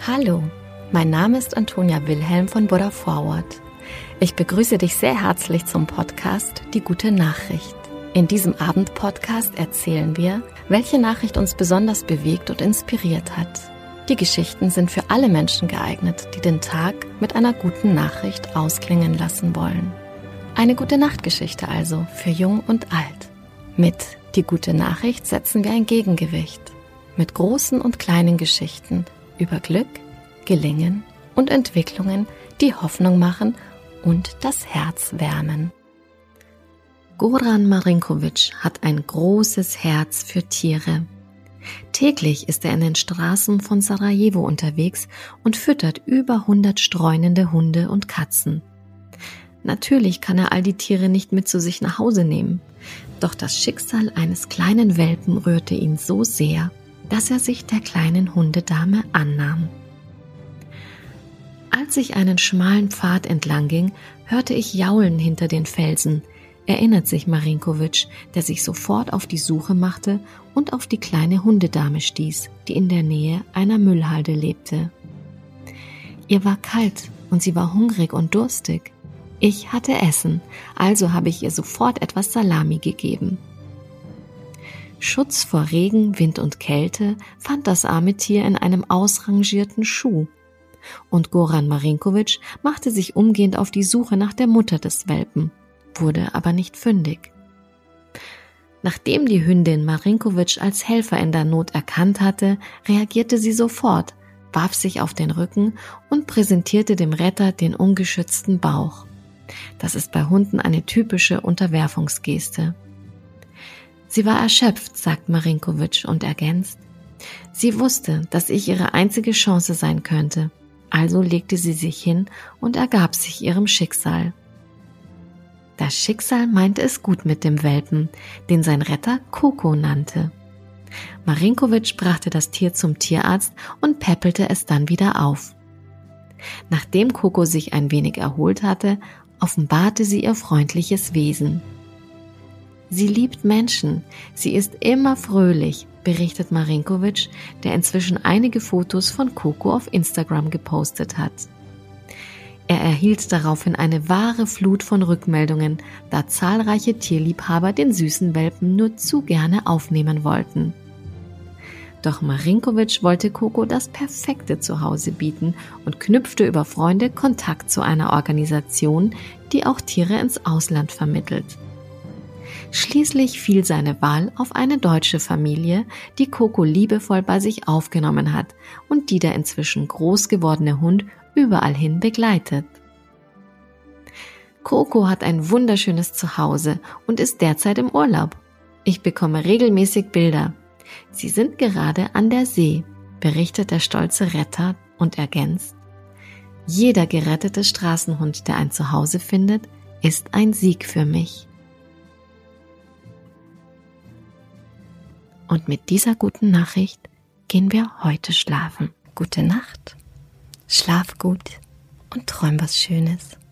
Hallo, mein Name ist Antonia Wilhelm von Buddha Forward. Ich begrüße dich sehr herzlich zum Podcast Die gute Nachricht. In diesem Abendpodcast erzählen wir, welche Nachricht uns besonders bewegt und inspiriert hat. Die Geschichten sind für alle Menschen geeignet, die den Tag mit einer guten Nachricht ausklingen lassen wollen. Eine gute Nachtgeschichte also für Jung und Alt. Mit Die gute Nachricht setzen wir ein Gegengewicht. Mit großen und kleinen Geschichten über Glück, Gelingen und Entwicklungen, die Hoffnung machen und das Herz wärmen. Goran Marinković hat ein großes Herz für Tiere. Täglich ist er in den Straßen von Sarajevo unterwegs und füttert über 100 streunende Hunde und Katzen. Natürlich kann er all die Tiere nicht mit zu sich nach Hause nehmen, doch das Schicksal eines kleinen Welpen rührte ihn so sehr, dass er sich der kleinen Hundedame annahm. Als ich einen schmalen Pfad entlang ging, hörte ich Jaulen hinter den Felsen, erinnert sich Marinković, der sich sofort auf die Suche machte und auf die kleine Hundedame stieß, die in der Nähe einer Müllhalde lebte. Ihr war kalt und sie war hungrig und durstig. Ich hatte Essen, also habe ich ihr sofort etwas Salami gegeben. Schutz vor Regen, Wind und Kälte fand das arme Tier in einem ausrangierten Schuh. Und Goran Marinković machte sich umgehend auf die Suche nach der Mutter des Welpen, wurde aber nicht fündig. Nachdem die Hündin Marinković als Helfer in der Not erkannt hatte, reagierte sie sofort, warf sich auf den Rücken und präsentierte dem Retter den ungeschützten Bauch. Das ist bei Hunden eine typische Unterwerfungsgeste. Sie war erschöpft, sagt Marinković und ergänzt: Sie wusste, dass ich ihre einzige Chance sein könnte, also legte sie sich hin und ergab sich ihrem Schicksal. Das Schicksal meinte es gut mit dem Welpen, den sein Retter Koko nannte. Marinković brachte das Tier zum Tierarzt und päppelte es dann wieder auf. Nachdem Koko sich ein wenig erholt hatte, offenbarte sie ihr freundliches Wesen. Sie liebt Menschen, sie ist immer fröhlich, berichtet Marinković, der inzwischen einige Fotos von Koko auf Instagram gepostet hat. Er erhielt daraufhin eine wahre Flut von Rückmeldungen, da zahlreiche Tierliebhaber den süßen Welpen nur zu gerne aufnehmen wollten. Doch Marinković wollte Koko das perfekte Zuhause bieten und knüpfte über Freunde Kontakt zu einer Organisation, die auch Tiere ins Ausland vermittelt. Schließlich fiel seine Wahl auf eine deutsche Familie, die Koko liebevoll bei sich aufgenommen hat und die der inzwischen groß gewordene Hund überall hin begleitet. Koko hat ein wunderschönes Zuhause und ist derzeit im Urlaub. Ich bekomme regelmäßig Bilder. Sie sind gerade an der See, berichtet der stolze Retter und ergänzt: Jeder gerettete Straßenhund, der ein Zuhause findet, ist ein Sieg für mich. Und mit dieser guten Nachricht gehen wir heute schlafen. Gute Nacht, schlaf gut und träum was Schönes.